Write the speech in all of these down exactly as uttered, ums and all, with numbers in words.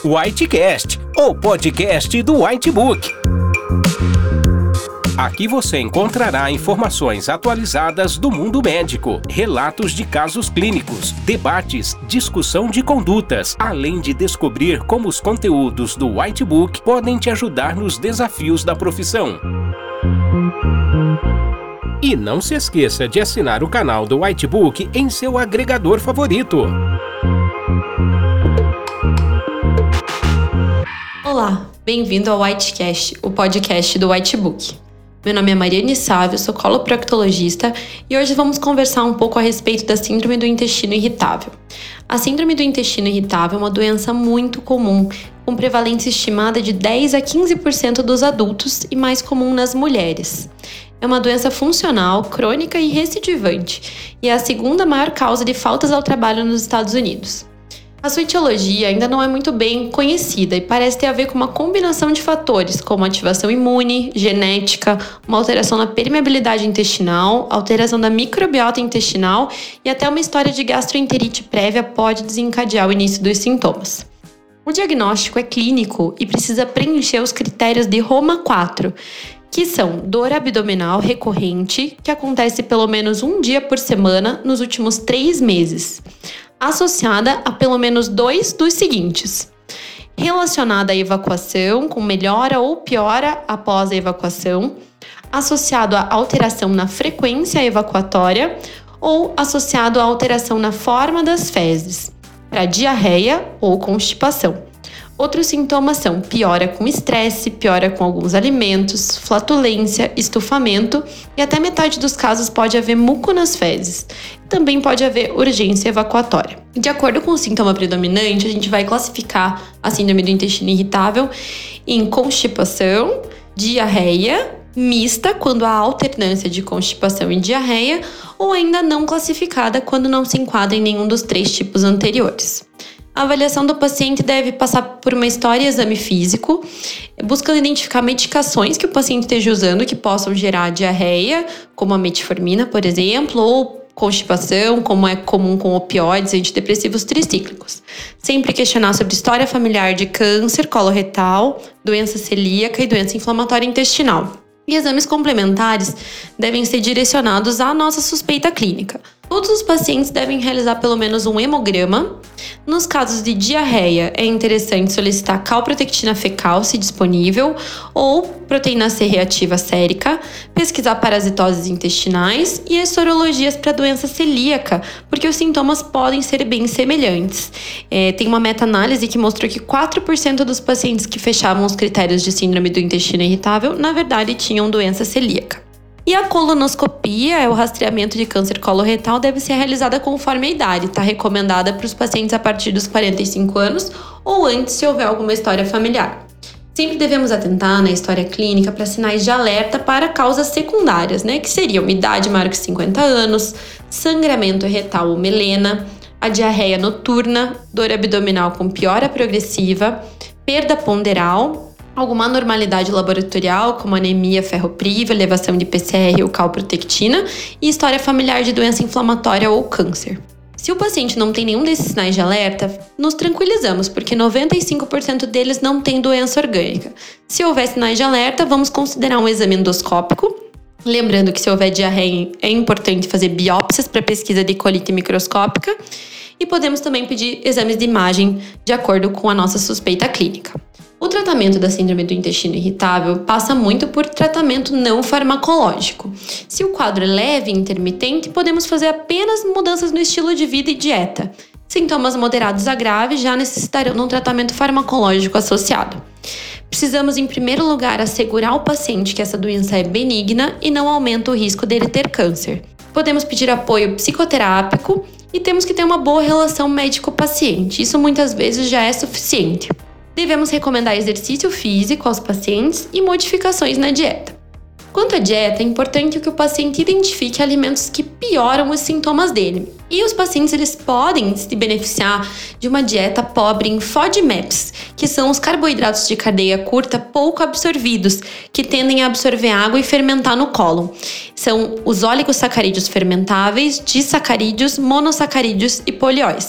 Whitecast, o podcast do Whitebook. Aqui você encontrará informações atualizadas do mundo médico, relatos de casos clínicos, debates, discussão de condutas, além de descobrir como os conteúdos do Whitebook podem te ajudar nos desafios da profissão. E não se esqueça de assinar o canal do Whitebook em seu agregador favorito. Olá, bem-vindo ao Whitecast, o podcast do Whitebook. Meu nome é Mariane Sávio, sou coloproctologista e hoje vamos conversar um pouco a respeito da síndrome do intestino irritável. A síndrome do intestino irritável é uma doença muito comum, com prevalência estimada de dez a quinze por cento dos adultos e mais comum nas mulheres. É uma doença funcional, crônica e recidivante, e é a segunda maior causa de faltas ao trabalho nos Estados Unidos. A sua etiologia ainda não é muito bem conhecida e parece ter a ver com uma combinação de fatores, como ativação imune, genética, uma alteração na permeabilidade intestinal, alteração da microbiota intestinal e até uma história de gastroenterite prévia pode desencadear o início dos sintomas. O diagnóstico é clínico e precisa preencher os critérios de Roma quatro, que são dor abdominal recorrente, que acontece pelo menos um dia por semana nos últimos três meses, associada a pelo menos dois dos seguintes: relacionada à evacuação, com melhora ou piora após a evacuação, associado a alteração na frequência evacuatória ou associado a alteração na forma das fezes, para diarreia ou constipação. Outros sintomas são piora com estresse, piora com alguns alimentos, flatulência, estufamento e até metade dos casos pode haver muco nas fezes. Também pode haver urgência evacuatória. De acordo com o sintoma predominante, a gente vai classificar a síndrome do intestino irritável em constipação, diarreia, mista, quando há alternância de constipação e diarreia, ou ainda não classificada, quando não se enquadra em nenhum dos três tipos anteriores. A avaliação do paciente deve passar por uma história e exame físico, buscando identificar medicações que o paciente esteja usando que possam gerar diarreia, como a metformina, por exemplo, ou constipação, como é comum com opioides e antidepressivos tricíclicos. Sempre questionar sobre história familiar de câncer coloretal, doença celíaca e doença inflamatória intestinal. E exames complementares devem ser direcionados à nossa suspeita clínica. Todos os pacientes devem realizar pelo menos um hemograma. Nos casos de diarreia, é interessante solicitar calprotectina fecal, se disponível, ou proteína C reativa sérica, pesquisar parasitoses intestinais e as sorologias para doença celíaca, porque os sintomas podem ser bem semelhantes. É, tem uma meta-análise que mostrou que quatro por cento dos pacientes que fechavam os critérios de síndrome do intestino irritável, na verdade, tinham doença celíaca. E a colonoscopia, o rastreamento de câncer coloretal, deve ser realizada conforme a idade. Está recomendada para os pacientes a partir dos quarenta e cinco anos ou antes, se houver alguma história familiar. Sempre devemos atentar na história clínica para sinais de alerta para causas secundárias, né? Que seriam idade maior que cinquenta anos, sangramento retal ou melena, a diarreia noturna, dor abdominal com piora progressiva, perda ponderal, alguma anormalidade laboratorial, como anemia ferropriva, elevação de P C R ou calprotectina, e história familiar de doença inflamatória ou câncer. Se o paciente não tem nenhum desses sinais de alerta, nos tranquilizamos, porque noventa e cinco por cento deles não têm doença orgânica. Se houver sinais de alerta, vamos considerar um exame endoscópico. Lembrando que se houver diarreia, é importante fazer biópsias para pesquisa de colite microscópica. E podemos também pedir exames de imagem de acordo com a nossa suspeita clínica. O tratamento da síndrome do intestino irritável passa muito por tratamento não farmacológico. Se o quadro é leve e intermitente, podemos fazer apenas mudanças no estilo de vida e dieta. Sintomas moderados a graves já necessitarão de um tratamento farmacológico associado. Precisamos, em primeiro lugar, assegurar ao paciente que essa doença é benigna e não aumenta o risco dele ter câncer. Podemos pedir apoio psicoterápico e temos que ter uma boa relação médico-paciente. Isso muitas vezes já é suficiente. Devemos recomendar exercício físico aos pacientes e modificações na dieta. Quanto à dieta, é importante que o paciente identifique alimentos que pioram os sintomas dele. E os pacientes eles podem se beneficiar de uma dieta pobre em FODMAPs, que são os carboidratos de cadeia curta pouco absorvidos, que tendem a absorver água e fermentar no cólon. São os oligosacarídeos fermentáveis, disacarídeos, monossacarídeos e polióis.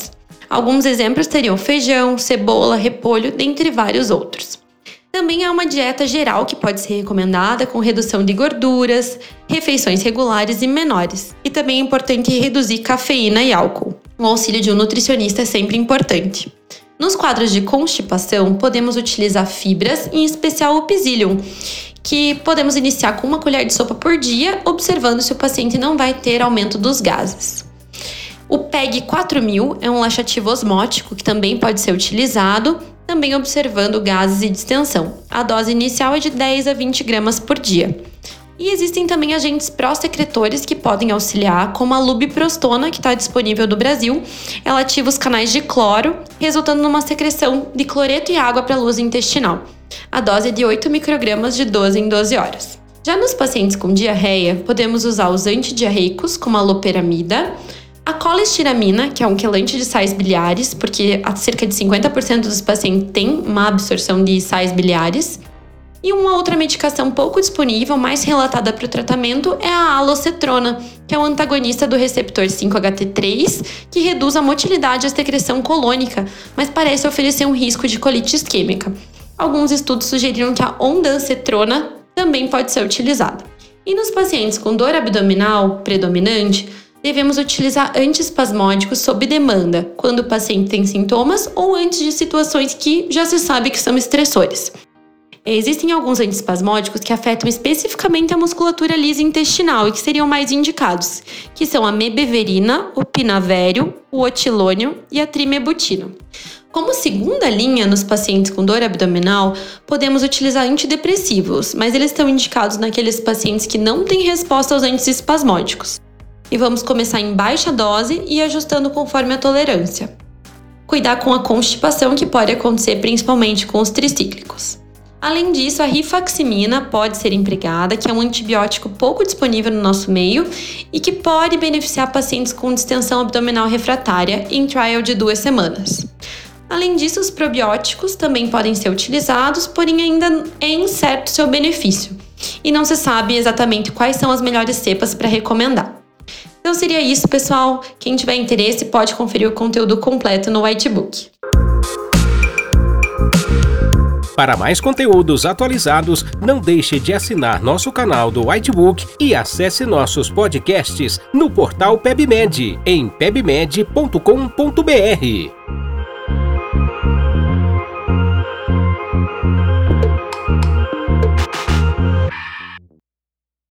Alguns exemplos seriam feijão, cebola, repolho, dentre vários outros. Também há uma dieta geral que pode ser recomendada com redução de gorduras, refeições regulares e menores. E também é importante reduzir cafeína e álcool. O auxílio de um nutricionista é sempre importante. Nos quadros de constipação, podemos utilizar fibras, em especial o psyllium, que podemos iniciar com uma colher de sopa por dia, observando se o paciente não vai ter aumento dos gases. O P E G quatro mil é um laxativo osmótico que também pode ser utilizado, também observando gases e distensão. A dose inicial é de dez a vinte gramas por dia. E existem também agentes pró-secretores que podem auxiliar, como a lubiprostona, que está disponível no Brasil. Ela ativa os canais de cloro, resultando numa secreção de cloreto e água para a luz intestinal. A dose é de oito microgramas de doze em doze horas. Já nos pacientes com diarreia, podemos usar os antidiarreicos, como a loperamida, a colestiramina, que é um quelante de sais biliares, porque cerca de cinquenta por cento dos pacientes têm má absorção de sais biliares. E uma outra medicação pouco disponível, mais relatada para o tratamento, é a alocetrona, que é um antagonista do receptor cinco H T três, que reduz a motilidade e a secreção colônica, mas parece oferecer um risco de colite isquêmica. Alguns estudos sugeriram que a ondansetrona também pode ser utilizada. E nos pacientes com dor abdominal predominante, devemos utilizar antiespasmódicos sob demanda, quando o paciente tem sintomas ou antes de situações que já se sabe que são estressores. Existem alguns antiespasmódicos que afetam especificamente a musculatura lisa intestinal e que seriam mais indicados, que são a mebeverina, o pinavério, o otilônio e a trimebutino. Como segunda linha nos pacientes com dor abdominal, podemos utilizar antidepressivos, mas eles estão indicados naqueles pacientes que não têm resposta aos antiespasmódicos. E vamos começar em baixa dose e ajustando conforme a tolerância. Cuidar com a constipação, que pode acontecer principalmente com os tricíclicos. Além disso, a rifaximina pode ser empregada, que é um antibiótico pouco disponível no nosso meio e que pode beneficiar pacientes com distensão abdominal refratária em trial de duas semanas. Além disso, os probióticos também podem ser utilizados, porém ainda é incerto seu benefício e não se sabe exatamente quais são as melhores cepas para recomendar. Então seria isso, pessoal. Quem tiver interesse pode conferir o conteúdo completo no Whitebook. Para mais conteúdos atualizados, não deixe de assinar nosso canal do Whitebook e acesse nossos podcasts no portal PebMed, em pebmed ponto com ponto br.